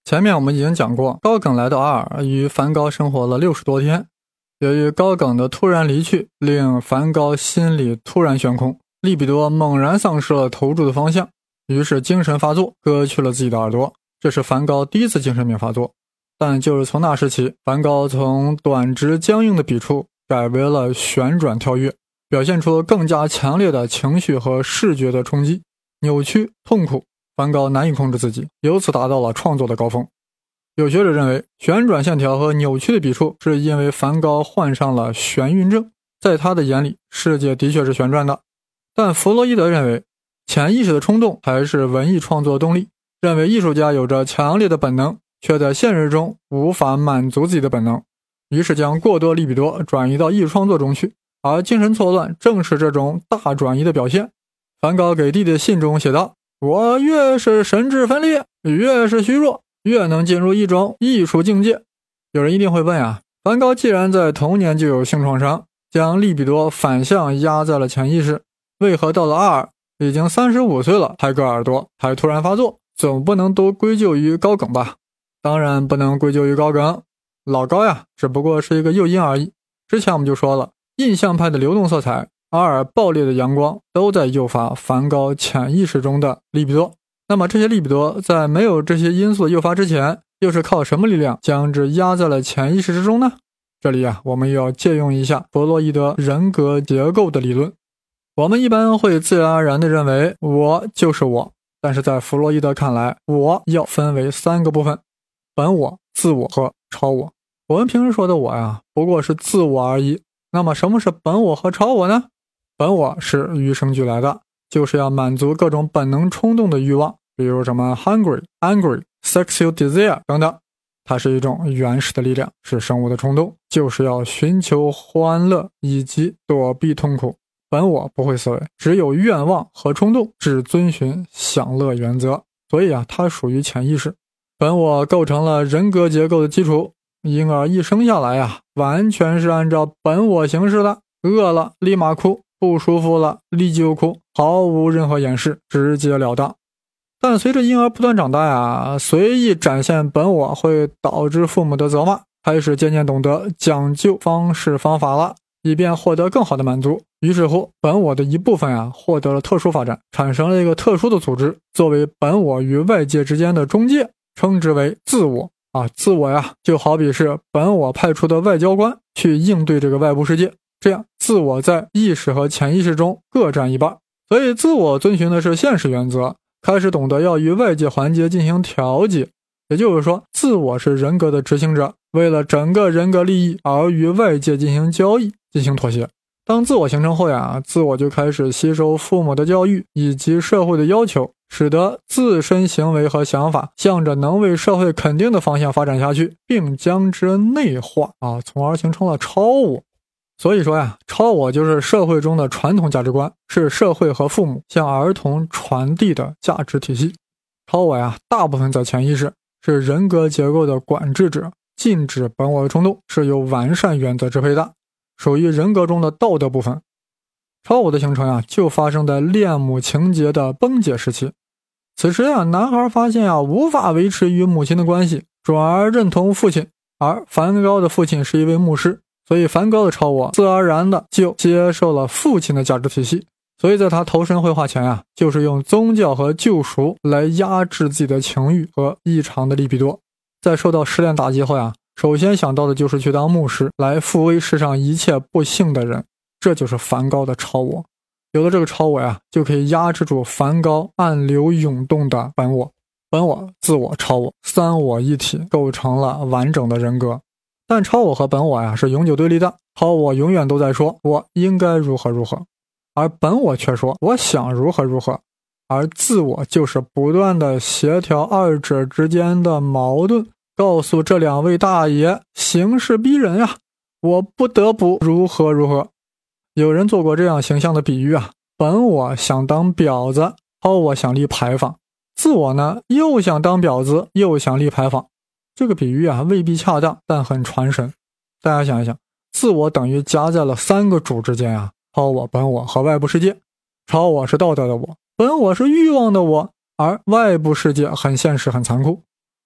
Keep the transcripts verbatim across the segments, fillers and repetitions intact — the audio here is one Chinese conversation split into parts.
前面我们已经讲过，高梗来到阿尔与梵高生活了六十多天。由于高梗的突然离去，令梵高心里突然悬空，利比多猛然丧失了投注的方向，于是精神发作，割去了自己的耳朵。这是梵高第一次精神病发作。但就是从那时起，梵高从短直僵硬的笔触改为了旋转跳跃，表现出更加强烈的情绪和视觉的冲击，扭曲痛苦，梵高难以控制自己，由此达到了创作的高峰。有学者认为，旋转线条和扭曲的笔触是因为梵高患上了眩晕症，在他的眼里，世界的确是旋转的。但弗洛伊德认为，潜意识的冲动还是文艺创作动力，认为艺术家有着强烈的本能，却在现实中无法满足自己的本能，于是将过多利比多转移到艺术创作中去，而精神错乱正是这种大转移的表现。梵高给弟弟的信中写道，我越是神志分裂，越是虚弱，越能进入一种艺术境界。有人一定会问啊，梵高既然在童年就有性创伤，将利比多反向压在了潜意识，为何到了阿尔已经三十五岁了还割耳朵，还突然发作，总不能都归咎于高梗吧？当然不能归咎于高梗，老高呀只不过是一个诱因而已。之前我们就说了，印象派的流动色彩，阿尔爆裂的阳光都在诱发梵高潜意识中的利比多。那么这些利比多在没有这些因素的诱发之前，又是靠什么力量将之压在了潜意识之中呢？这里啊，我们要借用一下弗洛伊德人格结构的理论。我们一般会自然而然地认为我就是我，但是在弗洛伊德看来，我要分为三个部分：本我、自我和超我。我们平时说的我呀，不过是自我而已。那么什么是本我和超我呢？本我是与生俱来的，就是要满足各种本能冲动的欲望，比如什么 hungry、angry、sexual desire 等等。它是一种原始的力量，是生物的冲动，就是要寻求欢乐以及躲避痛苦。本我不会思维，只有愿望和冲动，只遵循享乐原则，所以啊，它属于潜意识。本我构成了人格结构的基础，婴儿一生下来啊，完全是按照本我行事的，饿了立马哭，不舒服了立即就哭，毫无任何掩饰，直截了当。但随着婴儿不断长大呀，随意展现本我会导致父母的责骂，开始渐渐懂得讲究方式方法了，以便获得更好的满足。于是乎，本我的一部分啊，获得了特殊发展，产生了一个特殊的组织，作为本我与外界之间的中介，称之为自我啊。自我呀，就好比是本我派出的外交官去应对这个外部世界，这样自我在意识和潜意识中各占一半。所以自我遵循的是现实原则，开始懂得要与外界环节进行调节。也就是说，自我是人格的执行者，为了整个人格利益而与外界进行交易，进行妥协。当自我形成后呀，自我就开始吸收父母的教育以及社会的要求，使得自身行为和想法向着能为社会肯定的方向发展下去，并将之内化啊，从而形成了超我。所以说呀，超我就是社会中的传统价值观，是社会和父母向儿童传递的价值体系。超我呀，大部分在潜意识，是人格结构的管制者，禁止本我的冲动，是由完善原则支配的，属于人格中的道德部分。超我的形成呀，就发生在恋母情结的崩解时期。此时呀，男孩发现呀，无法维持与母亲的关系，转而认同父亲，而梵高的父亲是一位牧师，所以梵高的超我自然而然的就接受了父亲的价值体系。所以在他投身绘画前呀，就是用宗教和救赎来压制自己的情欲和异常的利比多。在受到失恋打击后呀，首先想到的就是去当牧师，来抚慰世上一切不幸的人。这就是梵高的超我。有了这个超我呀，就可以压制住梵高暗流涌动的本我。本我、自我、超我三我一体，构成了完整的人格。但超我和本我呀是永久对立的，超我永远都在说我应该如何如何，而本我却说我想如何如何，而自我就是不断的协调二者之间的矛盾，告诉这两位大爷形势逼人啊，我不得不如何如何。有人做过这样形象的比喻啊，本我想当婊子，超我想立牌坊，自我呢又想当婊子又想立牌坊。这个比喻啊未必恰当，但很传神。大家想一想，自我等于夹在了三个主之间啊，超我、本我和外部世界。超我是道德的我，本我是欲望的我，而外部世界很现实很残酷。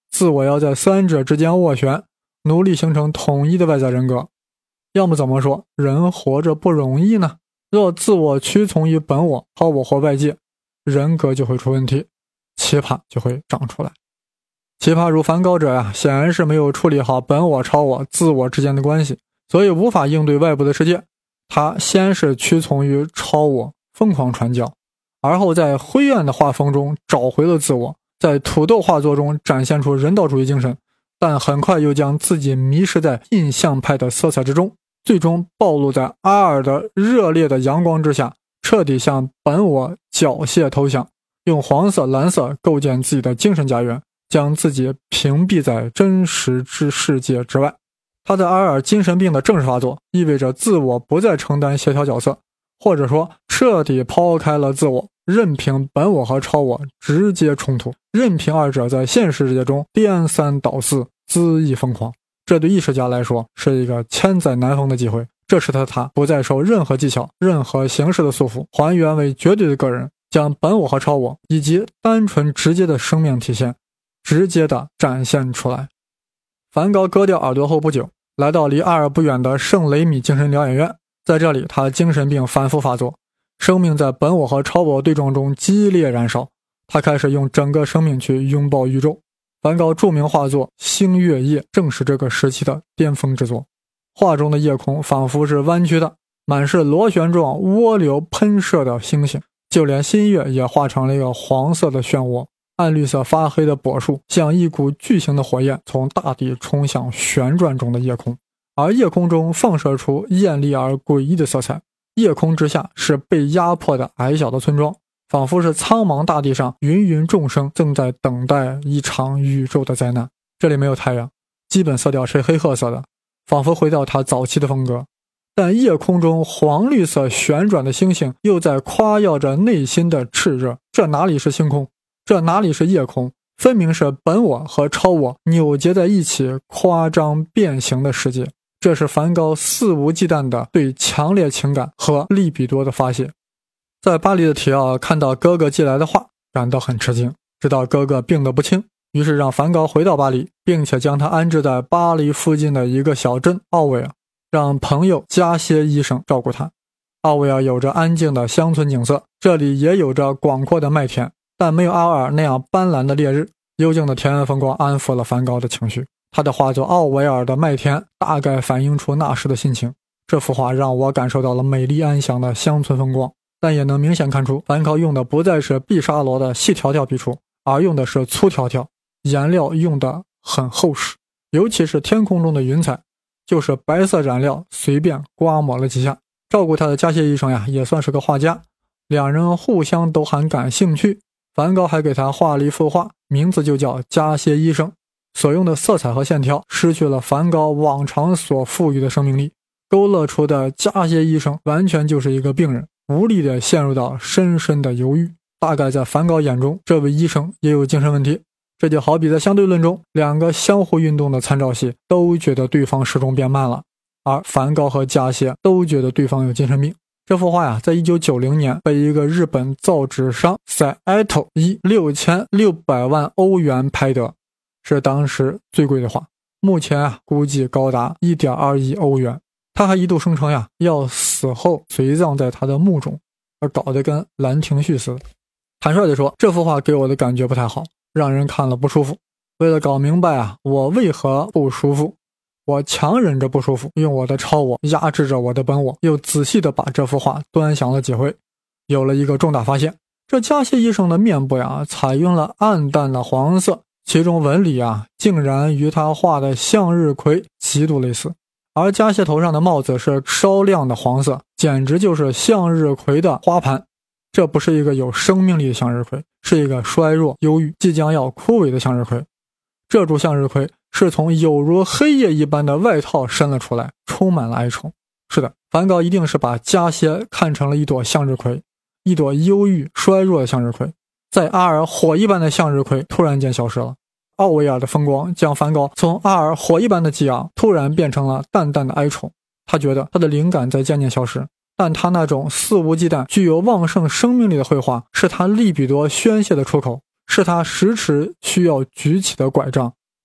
自我要在三者之间斡旋，努力形成统一的外在人格。要么怎么说，人活着不容易呢？若自我屈从于本我、超我或外界，人格就会出问题，奇葩就会长出来。奇葩如梵高者呀、啊，显然是没有处理好本我、超我、自我之间的关系，所以无法应对外部的世界。他先是屈从于超我，疯狂传教，而后在灰暗的画风中找回了自我，在土豆画作中展现出人道主义精神，但很快又将自己迷失在印象派的色彩之中，最终暴露在阿尔的热烈的阳光之下，彻底向本我缴械投降，用黄色、蓝色构建自己的精神家园，将自己屏蔽在真实之世界之外。他在阿尔精神病的正式发作，意味着自我不再承担协调角色，或者说彻底抛开了自我，任凭本我和超我直接冲突，任凭二者在现实世界中颠三倒四，恣意疯狂。这对艺术家来说是一个千载难逢的机会，这使得他不再受任何技巧、任何形式的束缚，还原为绝对的个人，将本我和超我以及单纯直接的生命体现直接的展现出来。梵高割掉耳朵后不久，来到离阿尔不远的圣雷米精神疗养院，在这里他精神病反复发作，生命在本我和超我对撞中激烈燃烧，他开始用整个生命去拥抱宇宙。梵高著名画作《星月夜》正是这个时期的巅峰之作，画中的夜空仿佛是弯曲的，满是螺旋状涡流喷射的星星，就连新月也画成了一个黄色的漩涡，暗绿色发黑的柏树像一股巨型的火焰从大地冲向旋转中的夜空，而夜空中放射出艳丽而诡异的色彩。夜空之下是被压迫的矮小的村庄，仿佛是苍茫大地上芸芸众生正在等待一场宇宙的灾难。这里没有太阳，基本色调是黑褐色的，仿佛回到他早期的风格。但夜空中黄绿色旋转的星星又在夸耀着内心的炽热，这哪里是星空，这哪里是夜空，分明是本我和超我扭结在一起夸张变形的世界。这是梵高肆无忌惮的对强烈情感和利比多的发泄。在巴黎的提奥看到哥哥寄来的画，感到很吃惊，知道哥哥病得不轻，于是让梵高回到巴黎，并且将他安置在巴黎附近的一个小镇奥维尔，让朋友加歇医生照顾他。奥维尔有着安静的乡村景色，这里也有着广阔的麦田，但没有阿尔那样斑斓的烈日。幽静的田园风光安抚了梵高的情绪，他的画作《奥维尔的麦田》大概反映出那时的心情。这幅画让我感受到了美丽安详的乡村风光，但也能明显看出梵高用的不再是毕沙罗的细条条笔触，而用的是粗条条，颜料用的很厚实，尤其是天空中的云彩，就是白色染料随便刮抹了几下。照顾他的加歇医生呀，也算是个画家，两人互相都很感兴趣。梵高还给他画了一幅画，名字就叫加歇医生。所用的色彩和线条失去了梵高往常所赋予的生命力，勾勒出的加歇医生完全就是一个病人，无力地陷入到深深的犹豫。大概在梵高眼中，这位医生也有精神问题。这就好比在相对论中，两个相互运动的参照系都觉得对方时钟变慢了，而梵高和加歇都觉得对方有精神病。这幅画呀，在一九九零年被一个日本造纸商 Saito 以六千六百万欧元拍得，是当时最贵的画，目前啊估计高达 一点二亿欧元。他还一度声称呀，要死后随葬在他的墓中，而搞得跟兰亭序似的。坦率地说，这幅画给我的感觉不太好，让人看了不舒服。为了搞明白啊，我为何不舒服，我强忍着不舒服，用我的超我压制着我的本我，又仔细地把这幅画端详了几回，有了一个重大发现。这加歇医生的面部呀，采用了暗淡的黄色，其中纹理啊，竟然与他画的向日葵极度类似。而加歇头上的帽子是稍亮的黄色，简直就是向日葵的花盘。这不是一个有生命力的向日葵，是一个衰弱、忧郁、即将要枯萎的向日葵。这株向日葵是从有如黑夜一般的外套伸了出来，充满了哀愁。是的，梵高一定是把加歇看成了一朵向日葵，一朵忧郁衰弱的向日葵。在阿尔火一般的向日葵突然间消失了，奥维尔的风光将梵高从阿尔火一般的激昂突然变成了淡淡的哀愁。他觉得他的灵感在渐渐消失，但他那种肆无忌惮、具有旺盛生命力的绘画是他利比多宣泄的出口，是他时时需要举起的拐杖，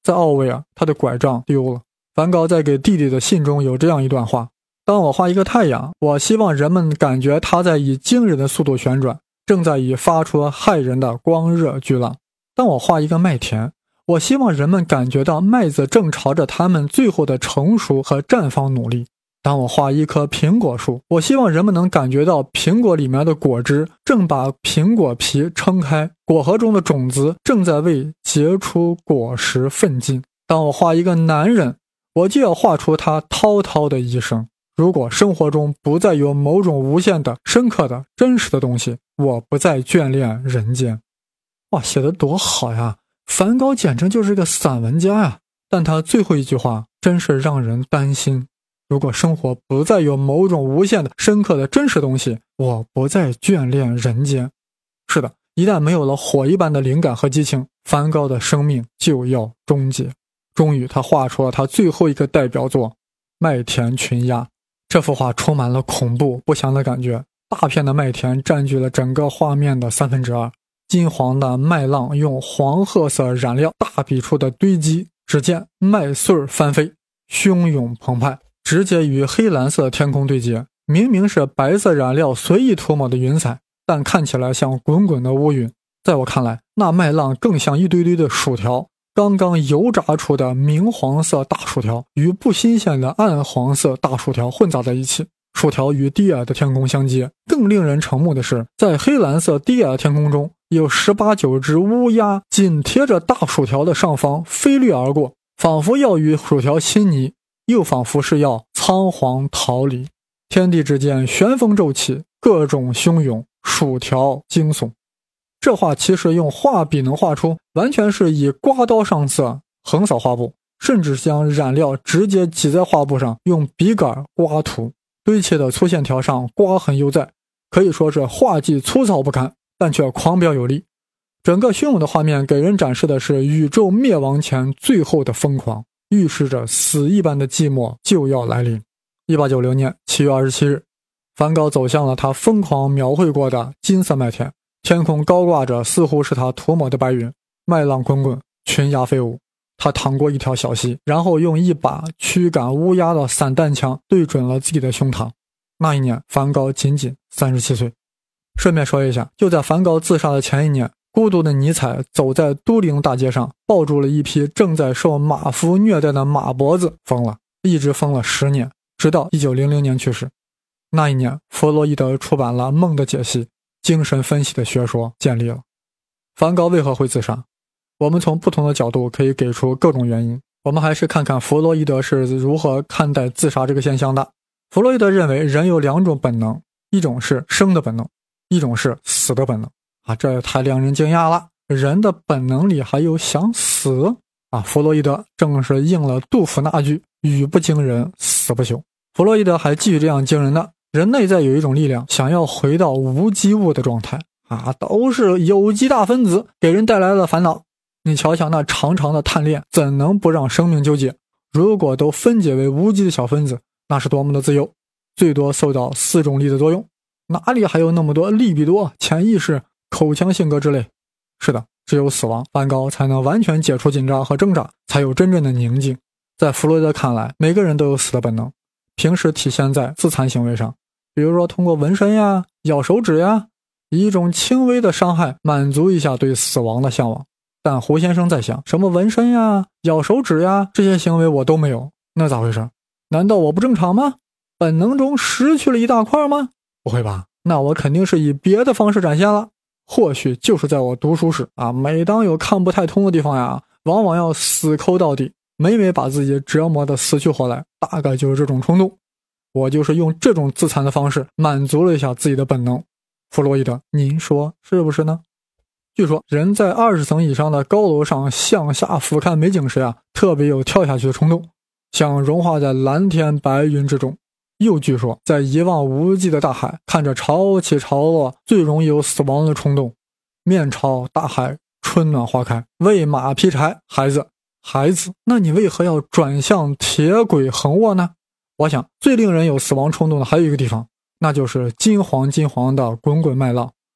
在奥维尔，他的拐杖丢了。梵高在给弟弟的信中有这样一段话：当我画一个太阳，我希望人们感觉它在以惊人的速度旋转，正在以发出骇人的光热巨浪。当我画一个麦田，我希望人们感觉到麦子正朝着它们最后的成熟和绽放努力。当我画一棵苹果树，我希望人们能感觉到苹果里面的果汁正把苹果皮撑开，果核中的种子正在为结出果实奋进。当我画一个男人，我就要画出他滔滔的一生。如果生活中不再有某种无限的、深刻的、真实的东西，我不再眷恋人间。哇，写得多好呀！梵高简直就是个散文家呀。但他最后一句话真是让人担心。如果生活不再有某种无限的、深刻的、真实东西，我不再眷恋人间。是的，一旦没有了火一般的灵感和激情，梵高的生命就要终结。终于，他画出了他最后一个代表作《麦田群鸦》。这幅画充满了恐怖不祥的感觉，大片的麦田占据了整个画面的三分之二，金黄的麦浪用黄褐色染料大笔触的堆积，只见麦穗翻飞，汹涌澎湃，直接与黑蓝色天空对接。明明是白色染料随意涂抹的云彩，但看起来像滚滚的乌云。在我看来，那麦浪更像一堆堆的薯条，刚刚油炸出的明黄色大薯条与不新鲜的暗黄色大薯条混杂在一起，薯条与低矮的天空相接。更令人瞠目的是，在黑蓝色低矮的天空中，有十八九只乌鸦紧贴着大薯条的上方飞掠而过，仿佛要与薯条亲昵，又仿佛是要仓皇逃离。天地之间旋风骤起，各种汹涌，薯条惊悚。这画其实用画笔能画出，完全是以刮刀上色，横扫画布，甚至将染料直接挤在画布上，用笔杆刮涂，堆砌的粗线条上刮痕犹在，可以说是画技粗糙不堪，但却狂飙有力。整个汹涌的画面给人展示的是宇宙灭亡前最后的疯狂，预示着死一般的寂寞就要来临。一八九零年七月二十七日，梵高走向了他疯狂描绘过的金色麦田，天空高挂着似乎是他涂抹的白云，麦浪滚滚，群鸦飞舞。他淌过一条小溪，然后用一把驱赶乌鸦的散弹枪对准了自己的胸膛。那一年，梵高仅仅三十七岁。顺便说一下，就在梵高自杀的前一年，孤独的尼采走在都灵大街上，抱住了一匹正在受马夫虐待的马脖子，疯了，一直疯了十年，直到一九零零年去世。那一年，弗洛伊德出版了《梦的解析》，精神分析的学说建立了。梵高为何会自杀？我们从不同的角度可以给出各种原因。我们还是看看弗洛伊德是如何看待自杀这个现象的。弗洛伊德认为人有两种本能，一种是生的本能，一种是死的本能。啊，这太令人惊讶了！人的本能里还有想死啊！弗洛伊德正是应了杜甫那句“语不惊人死不休”。弗洛伊德还继续这样惊人的：人内在有一种力量，想要回到无机物的状态啊，都是有机大分子给人带来了烦恼。你瞧瞧那长长的碳链，怎能不让生命纠结？如果都分解为无机的小分子，那是多么的自由，最多受到四种力的作用，哪里还有那么多利比多、潜意识、口腔性格之类？是的，只有死亡，梵高才能完全解除紧张和挣扎，才有真正的宁静。在弗洛伊德看来，每个人都有死的本能，平时体现在自残行为上，比如说通过纹身呀、咬手指呀，以一种轻微的伤害满足一下对死亡的向往。但胡先生在想，什么纹身呀、咬手指呀，这些行为我都没有，那咋回事？难道我不正常吗？本能中失去了一大块吗？不会吧，那我肯定是以别的方式展现了。或许就是在我读书时啊，每当有看不太通的地方呀，往往要死抠到底，每每把自己折磨得死去活来，大概就是这种冲动。我就是用这种自残的方式满足了一下自己的本能。弗洛伊德，您说是不是呢？据说人在二十层以上的高楼上向下俯瞰美景时啊，特别有跳下去的冲动，想融化在蓝天白云之中。又据说在一望无际的大海，看着潮起潮落，最容易有死亡的冲动。面朝大海，春暖花开，喂马劈柴，孩子孩子，那你为何要转向铁轨横卧呢？我想最令人有死亡冲动的还有一个地方，那就是金黄金黄的滚滚麦浪。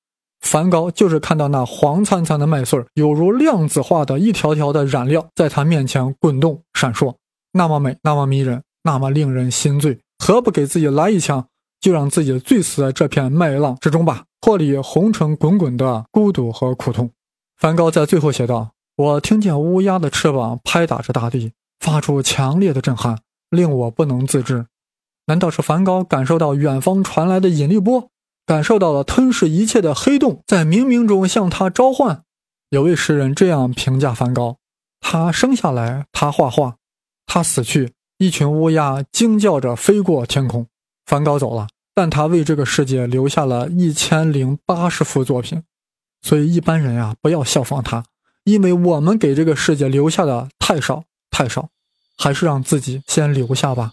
梵高就是看到那黄灿灿的麦穗犹如量子化的一条条的染料在他面前滚动闪烁，那么美，那么迷人，那么令人心醉，何不给自己来一枪，就让自己醉死在这片麦浪之中吧，脱离红尘滚滚的孤独和苦痛。梵高在最后写道，我听见乌鸦的翅膀拍打着大地，发出强烈的震撼，令我不能自制。难道是梵高感受到远方传来的引力波，感受到了吞噬一切的黑洞在冥冥中向他召唤？有位诗人这样评价梵高，他生下来，他画画，他死去，一群乌鸦惊叫着飞过天空。梵高走了，但他为这个世界留下了一千零八十幅作品。所以一般人呀，不要效仿他，因为我们给这个世界留下的太少太少，还是让自己先留下吧。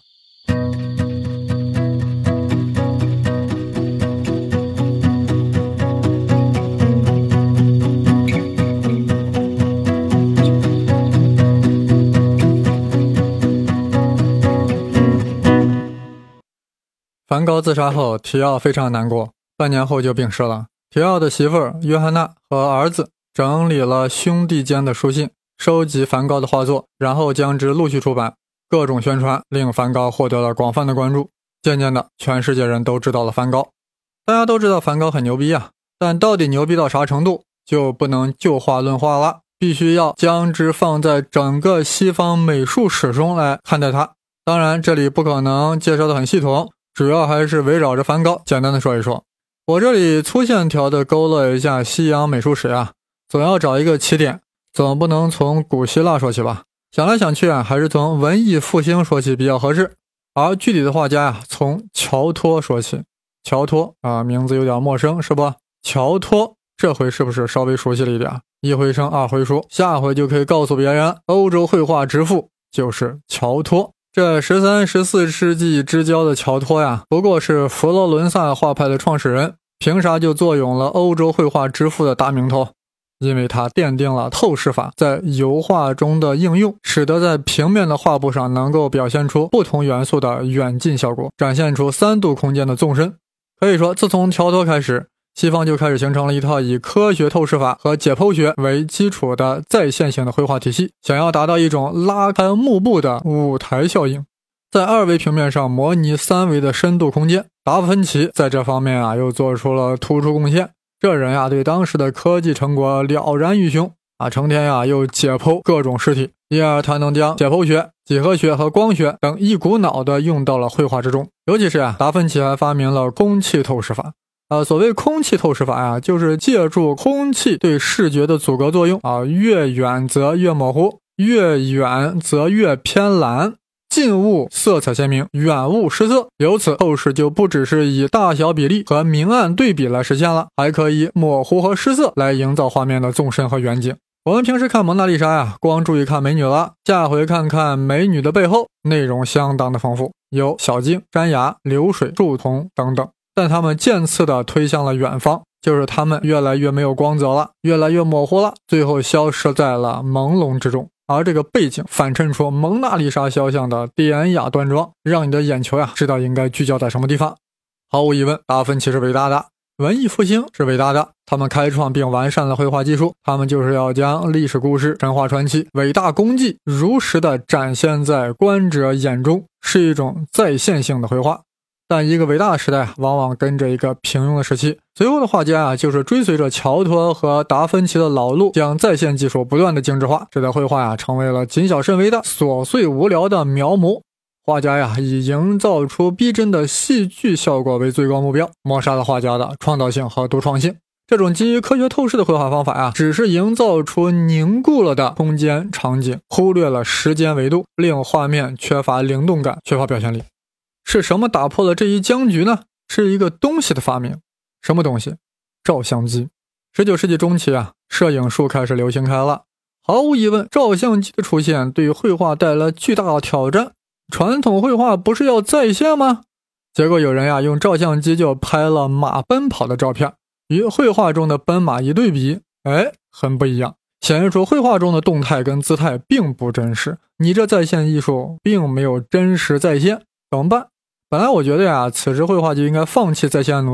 梵高自杀后，提奥非常难过，半年后就病逝了。提奥的媳妇儿约翰娜和儿子整理了兄弟间的书信，收集梵高的画作，然后将之陆续出版，各种宣传，令梵高获得了广泛的关注。渐渐的，全世界人都知道了梵高。大家都知道梵高很牛逼啊，但到底牛逼到啥程度，就不能就画论画了，必须要将之放在整个西方美术史中来看待它。当然，这里不可能介绍的很系统，主要还是围绕着梵高简单的说一说。我这里粗线条的勾勒一下西洋美术史啊，总要找一个起点，总不能从古希腊说起吧。想来想去啊，还是从文艺复兴说起比较合适。而具体的画家啊，从乔托说起。乔托啊，名字有点陌生是不？乔托这回是不是稍微熟悉了一点？一回生二回熟，下回就可以告诉别人，欧洲绘画之父就是乔托。这十三、十四世纪之交的乔托呀，不过是佛罗伦萨画派的创始人，凭啥就坐拥了欧洲绘画之父的大名头？因为他奠定了透视法在油画中的应用，使得在平面的画布上能够表现出不同元素的远近效果，展现出三度空间的纵深。可以说，自从乔托开始，西方就开始形成了一套以科学透视法和解剖学为基础的在线性的绘画体系，想要达到一种拉开幕布的舞台效应，在二维平面上模拟三维的深度空间。达芬奇在这方面啊又做出了突出贡献，这人啊对当时的科技成果了然于胸啊，成天呀又解剖各种尸体，因而他能将解剖学、几何学和光学等一股脑的用到了绘画之中。尤其是啊，达芬奇还发明了空气透视法。呃，所谓空气透视法呀、啊，就是借助空气对视觉的阻隔作用啊，越远则越模糊，越远则越偏蓝，近物色彩鲜明，远物失色。由此透视就不只是以大小比例和明暗对比来实现了，还可以模糊和失色来营造画面的纵深和远景。我们平时看蒙娜丽莎呀，光注意看美女了，下回看看美女的背后，内容相当的丰富，有小径、山崖、流水、树丛等等。但他们渐次地推向了远方，就是他们越来越没有光泽了，越来越模糊了，最后消失在了朦胧之中。而这个背景反衬出蒙娜丽莎肖像的典雅端庄，让你的眼球呀知道应该聚焦在什么地方。毫无疑问，达芬奇是伟大的，文艺复兴是伟大的，他们开创并完善了绘画技术，他们就是要将历史故事、神话传奇、伟大功绩如实地展现在观者眼中，是一种再现性的绘画。但一个伟大的时代往往跟着一个平庸的时期，随后的画家啊，就是追随着乔托和达芬奇的老路，将在线技术不断的精致化，使得绘画呀成为了谨小慎微的琐碎无聊的描摹。画家呀以营造出逼真的戏剧效果为最高目标，抹杀了画家的创造性和独创性。这种基于科学透视的绘画方法啊，只是营造出凝固了的空间场景，忽略了时间维度，令画面缺乏灵动感，缺乏表现力。是什么打破了这一僵局呢？是一个东西的发明。什么东西？照相机。十九世纪中期啊，摄影术开始流行开了。毫无疑问，照相机的出现对绘画带来巨大的挑战。传统绘画不是要再现吗？结果有人呀用照相机就拍了马奔跑的照片，与绘画中的奔马一对比，哎，很不一样，显示出绘画中的动态跟姿态并不真实。你这在线艺术并没有真实再现，怎么办？本来我觉得呀，此时绘画就应该放弃在线的努力，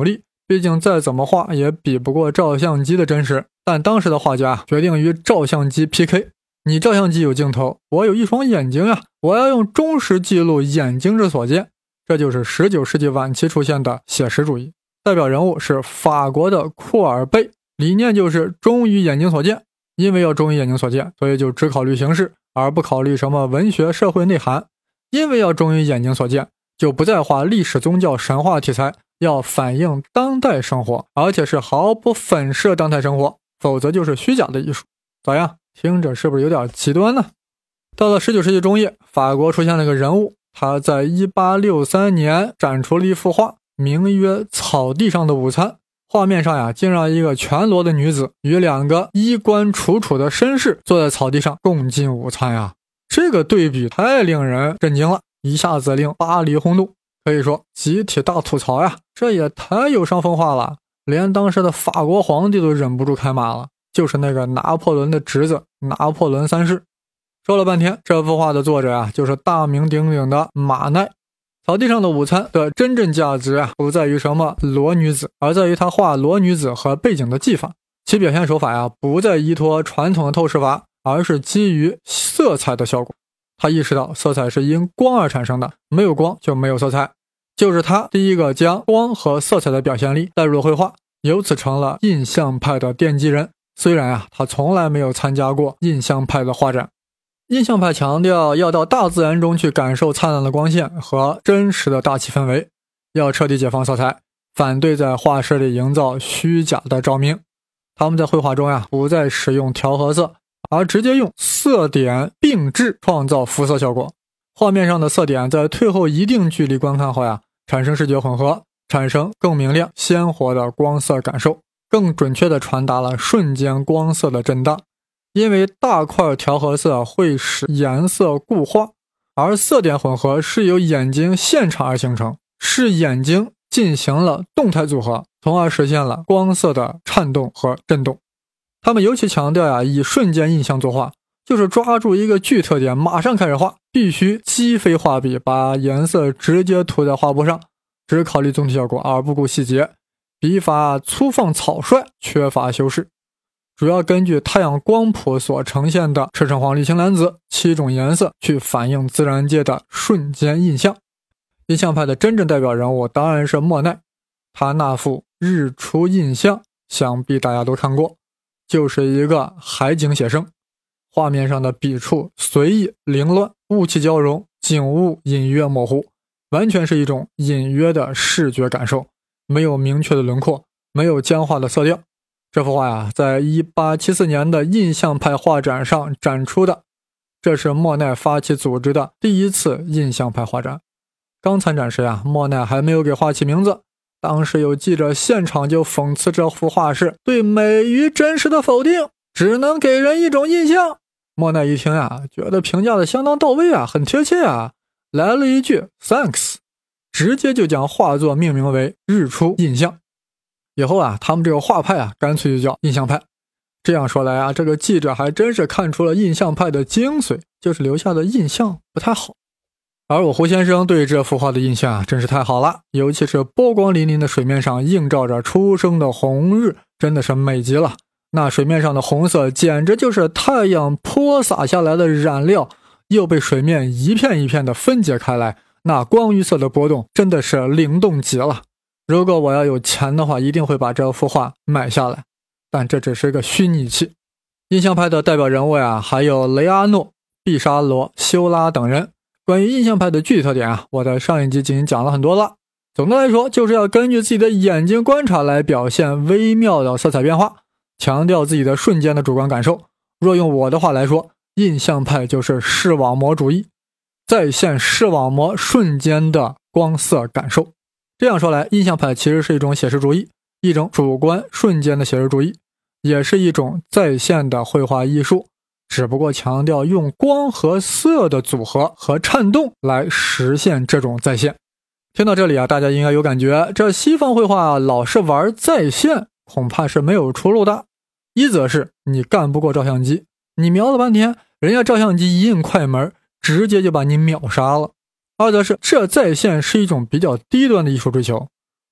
毕竟再怎么画也比不过照相机的真实。但当时的画家决定与照相机 P K， 你照相机有镜头，我有一双眼睛啊，我要用忠实记录眼睛之所见。这就是十九世纪晚期出现的写实主义，代表人物是法国的库尔贝，理念就是忠于眼睛所见。因为要忠于眼睛所见，所以就只考虑形式，而不考虑什么文学社会内涵。因为要忠于眼睛所见，就不再画历史宗教神话题材，要反映当代生活，而且是毫不粉饰当代生活，否则就是虚假的艺术。咋样，听着是不是有点极端呢？到了十九世纪中叶，法国出现了个人物，他在一八六三年展出了一幅画，名曰《草地上的午餐》。画面上呀，竟让一个全裸的女子与两个衣冠楚楚的绅士坐在草地上共进午餐呀。这个对比太令人震惊了，一下子令巴黎轰动，可以说集体大吐槽呀，这也太有伤风化了，连当时的法国皇帝都忍不住开骂了，就是那个拿破仑的侄子拿破仑三世。说了半天，这幅画的作者啊，就是大名鼎鼎的马奈。草地上的午餐的真正价值啊，不在于什么裸女子，而在于他画裸女子和背景的技法。其表现手法呀，不再依托传统的透视法，而是基于色彩的效果。他意识到色彩是因光而产生的，没有光就没有色彩。就是他第一个将光和色彩的表现力带入了绘画，由此成了印象派的奠基人。虽然啊，他从来没有参加过印象派的画展。印象派强调要到大自然中去感受灿烂的光线和真实的大气氛围，要彻底解放色彩，反对在画室里营造虚假的照明。他们在绘画中呀，不再使用调和色，而直接用色点并置创造肤色效果。画面上的色点在退后一定距离观看后呀，产生视觉混合，产生更明亮鲜活的光色感受，更准确地传达了瞬间光色的震荡。因为大块调和色会使颜色固化，而色点混合是由眼睛现场而形成，是眼睛进行了动态组合，从而实现了光色的颤动和震动。他们尤其强调呀，以瞬间印象作画，就是抓住一个具特点马上开始画，必须击飞画笔，把颜色直接涂在画布上，只考虑总体效果而不顾细节，笔法粗放草率，缺乏修饰。主要根据太阳光谱所呈现的赤橙黄绿青蓝紫七种颜色去反映自然界的瞬间印象。印象派的真正代表人物当然是莫奈，他那幅日出印象想必大家都看过，就是一个海景写生，画面上的笔触随意凌乱，雾气交融，景物隐约模糊，完全是一种隐约的视觉感受，没有明确的轮廓，没有僵化的色调。这幅画呀，在一八七四年的印象派画展上展出的，这是莫奈发起组织的第一次印象派画展。刚参展时呀，莫奈还没有给画起名字，当时有记者现场就讽刺这幅画是对美与真实的否定，只能给人一种印象。莫奈一听呀，觉得评价的相当到位啊，很贴切啊，来了一句 thanks， 直接就将画作命名为日出印象。以后啊，他们这个画派啊，干脆就叫印象派。这样说来啊，这个记者还真是看出了印象派的精髓，就是留下的印象不太好。而我胡先生对这幅画的印象啊，真是太好了，尤其是波光粼粼的水面上映照着初升的红日，真的是美极了。那水面上的红色简直就是太阳泼洒下来的染料，又被水面一片一片的分解开来，那光与色的波动真的是灵动极了。如果我要有钱的话，一定会把这幅画买下来，但这只是个虚拟器。印象派的代表人物呀，还有雷阿诺、毕沙罗、修拉等人。关于印象派的具体特点啊，我在上一集已经讲了很多了。总的来说，就是要根据自己的眼睛观察来表现微妙的色彩变化，强调自己的瞬间的主观感受。若用我的话来说，印象派就是视网膜主义，再现视网膜瞬间的光色感受。这样说来，印象派其实是一种写实主义，一种主观瞬间的写实主义，也是一种再现的绘画艺术，只不过强调用光和色的组合和颤动来实现这种再现。听到这里啊，大家应该有感觉，这西方绘画老是玩再现，恐怕是没有出路的。一则是你干不过照相机，你瞄了半天，人家照相机一摁快门，直接就把你秒杀了。二则是这再现是一种比较低端的艺术追求，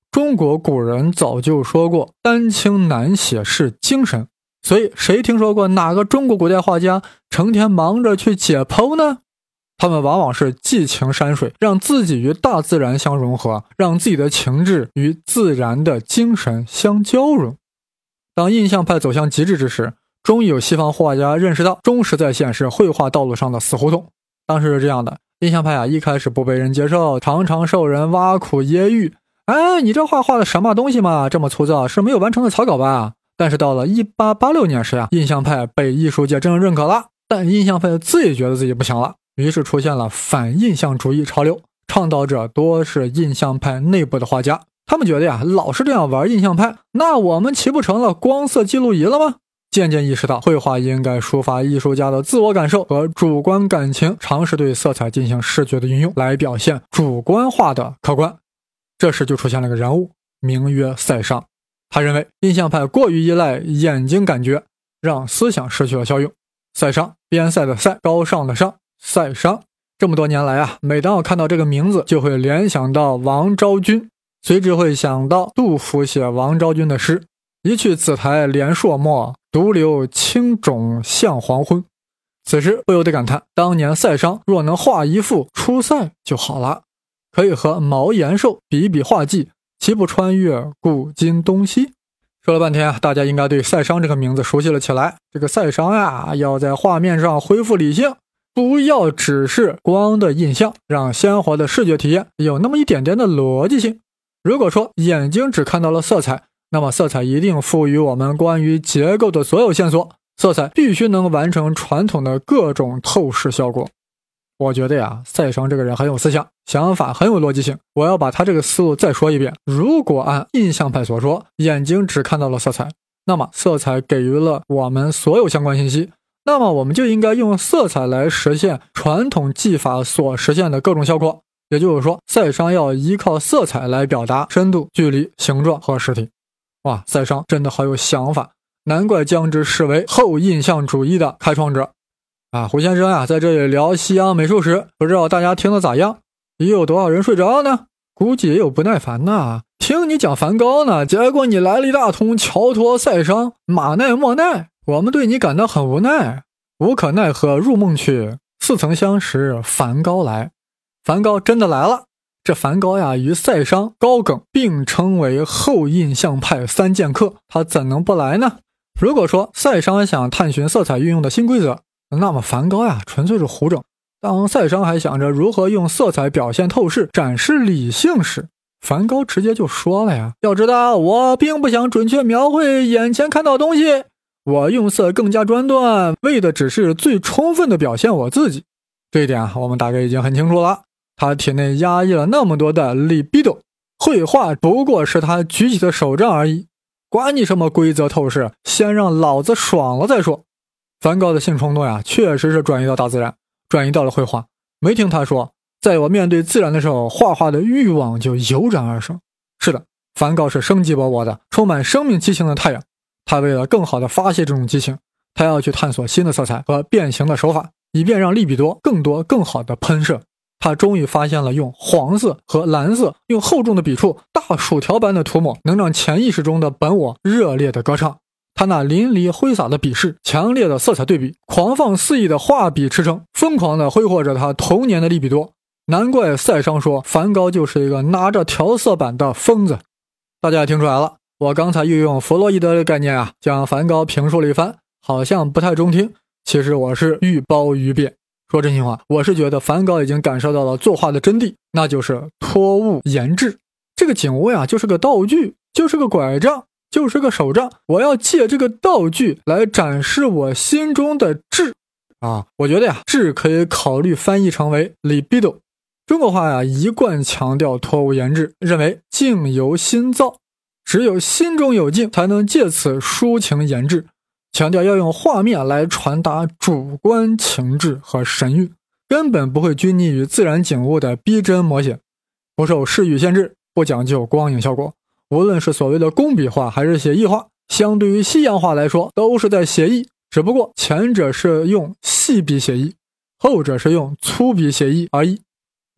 中国古人早就说过，丹青难写是精神，所以谁听说过哪个中国古代画家成天忙着去解剖呢？他们往往是寄情山水，让自己与大自然相融合，让自己的情志与自然的精神相交融。当印象派走向极致之时，终于有西方画家认识到中实在线是绘画道路上的死胡同。当时是这样的，印象派啊，一开始不被人接受，常常受人挖苦揶揄。哎，你这画画的什么东西嘛，这么粗糙，是没有完成的草稿吧？但是到了一八八六年时啊，印象派被艺术界真正认可了，但印象派自己觉得自己不行了，于是出现了反印象主义潮流，倡导者多是印象派内部的画家。他们觉得呀，老是这样玩印象派，那我们岂不成了光色记录仪了吗？渐渐意识到绘画应该抒发艺术家的自我感受和主观感情，尝试对色彩进行视觉的运用，来表现主观化的客观。这时就出现了个人物，名曰塞尚。他认为印象派过于依赖眼睛感觉，让思想失去了效用。塞尚，边塞的塞，高尚的尚，塞尚。这么多年来啊，每当我看到这个名字，就会联想到王昭君，随之会想到杜甫写王昭君的诗：一去紫台连朔漠，独留青冢向黄昏。此时不由得感叹，当年塞尚若能画一幅出塞就好了，可以和毛延寿比比画技，岂不穿越古今东西？说了半天啊，大家应该对塞尚这个名字熟悉了起来。这个塞尚呀，要在画面上恢复理性，不要只是光的印象，让鲜活的视觉体验有那么一点点的逻辑性。如果说眼睛只看到了色彩，那么色彩一定赋予我们关于结构的所有线索，色彩必须能完成传统的各种透视效果。我觉得呀，塞尚这个人很有思想，想法很有逻辑性。我要把他这个思路再说一遍。如果按印象派所说，眼睛只看到了色彩，那么色彩给予了我们所有相关信息，那么我们就应该用色彩来实现传统技法所实现的各种效果。也就是说，塞尚要依靠色彩来表达深度、距离、形状和实体。哇，塞尚真的好有想法，难怪将之视为后印象主义的开创者。啊，胡先生啊，在这里聊西洋美术史，不知道大家听得咋样？也有多少人睡着呢？估计也有不耐烦呐，听你讲梵高呢，结果你来了一大通乔托、塞尚、马奈、莫奈，我们对你感到很无奈，无可奈何入梦去，似曾相识梵高来。梵高真的来了，这梵高呀，与塞尚、高更并称为后印象派三剑客，他怎能不来呢？如果说塞尚想探寻色彩运用的新规则，那么梵高呀，纯粹是胡整。当塞尚还想着如何用色彩表现透视、展示理性时，梵高直接就说了呀，要知道我并不想准确描绘眼前看到的东西，我用色更加专断，为的只是最充分的表现我自己。这一点啊，我们大概已经很清楚了。他体内压抑了那么多的 libido， 绘画不过是他举起的手杖而已，管你什么规则透视，先让老子爽了再说。梵高的性冲动呀，确实是转移到大自然，转移到了绘画。没听他说，在我面对自然的时候，画画的欲望就油然而生。是的，梵高是生机勃勃的，充满生命激情的太阳。他为了更好的发泄这种激情，他要去探索新的色彩和变形的手法，以便让利比多更多更好的喷射。他终于发现了用黄色和蓝色，用厚重的笔触，大薯条般的涂抹，能让潜意识中的本我热烈的歌唱。他那淋漓挥洒的笔势，强烈的色彩对比，狂放肆意的画笔驰骋，疯狂地挥霍着他童年的利比多。难怪塞尚说梵高就是一个拿着调色板的疯子。大家也听出来了，我刚才又用弗洛伊德的概念啊，将梵高评述了一番，好像不太中听，其实我是欲褒欲贬。说真心话，我是觉得梵高已经感受到了作画的真谛，那就是托物言志。这个景物呀，就是个道具，就是个拐杖，就是个手杖，我要借这个道具来展示我心中的志啊。我觉得呀，志可以考虑翻译成为 libido。 中国话呀，一贯强调托物言志，认为境由心造，只有心中有境，才能借此抒情言志，强调要用画面来传达主观情志和神韵，根本不会拘泥于自然景物的逼真摹写，不受视域限制，不讲究光影效果。无论是所谓的工笔画还是写意画，相对于西洋画来说，都是在写意，只不过前者是用细笔写意，后者是用粗笔写意而已。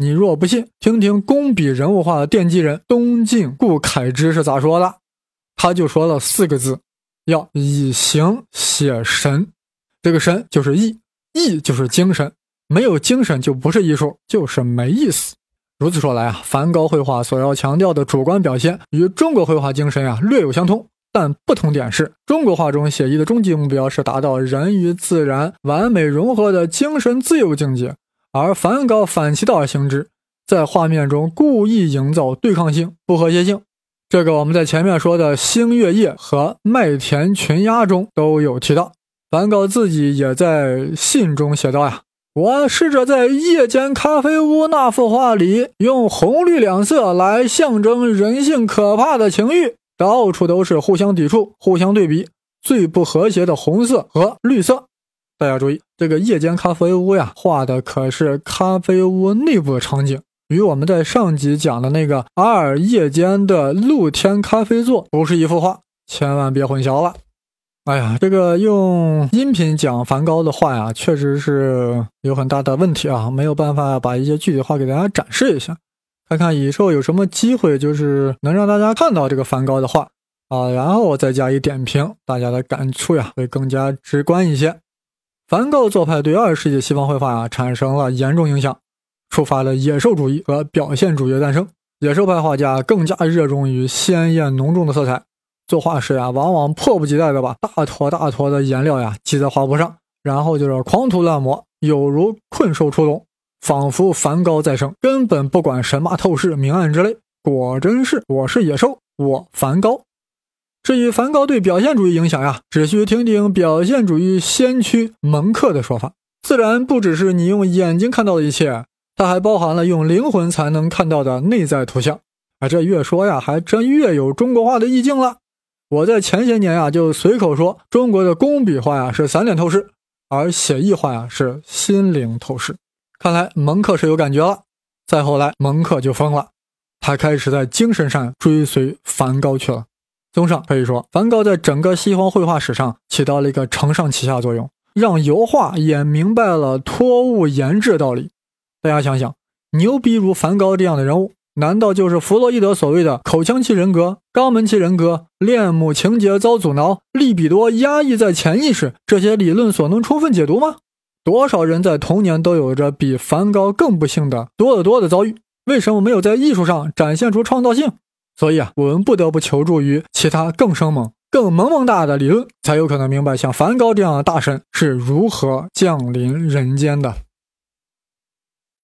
你若不信，听听工笔人物画的奠基人东晋顾恺之是咋说的。他就说了四个字，要以形写神。这个神就是意，意就是精神，没有精神就不是艺术，就是没意思。如此说来啊，梵高绘画所要强调的主观表现与中国绘画精神啊略有相通，但不同点是，中国画中写意的终极目标是达到人与自然完美融合的精神自由境界，而梵高反其道而行之，在画面中故意营造对抗性、不和谐性。这个我们在前面说的星月夜和麦田群鸦中都有提到。梵高自己也在信中写道呀，我试着在夜间咖啡屋那幅画里用红绿两色来象征人性可怕的情欲，到处都是互相抵触、互相对比、最不和谐的红色和绿色。大家注意，这个夜间咖啡屋呀，画的可是咖啡屋内部的场景，与我们在上集讲的那个阿尔夜间的露天咖啡座不是一幅画，千万别混淆了。哎呀，这个用音频讲梵高的画呀，确实是有很大的问题啊，没有办法把一些具体画给大家展示一下，看看以后有什么机会就是能让大家看到这个梵高的画啊，然后我再加以点评，大家的感触呀会更加直观一些。梵高做派对二十世纪西方绘画啊产生了严重影响，触发了野兽主义和表现主义的诞生。野兽派画家更加热衷于鲜艳浓重的色彩，作画时呀往往迫不及待的把大坨大坨的颜料呀挤在画布上，然后就是狂涂乱抹，有如困兽出笼，仿佛梵高在生，根本不管神马透视明暗之类。果真是我是野兽，我梵高。至于梵高对表现主义影响呀，只需听听表现主义先驱蒙克的说法，自然不只是你用眼睛看到的一切，它还包含了用灵魂才能看到的内在图像。啊，这越说呀还真越有中国画的意境了。我在前些年呀就随口说中国的工笔画呀是散点透视，而写意画呀是心灵透视。看来蒙克是有感觉了。再后来蒙克就疯了，他开始在精神上追随梵高去了。综上可以说，梵高在整个西方绘画史上起到了一个承上启下作用，让油画也明白了托物言志的道理。大家想想，牛逼如梵高这样的人物，难道就是弗洛伊德所谓的口腔期人格、肛门期人格、恋母情节遭阻挠、利比多压抑在潜意识这些理论所能充分解读吗？多少人在童年都有着比梵高更不幸的多得多的遭遇，为什么没有在艺术上展现出创造性？所以啊，我们不得不求助于其他更生猛、更萌萌哒的理论，才有可能明白像梵高这样的大神是如何降临人间的。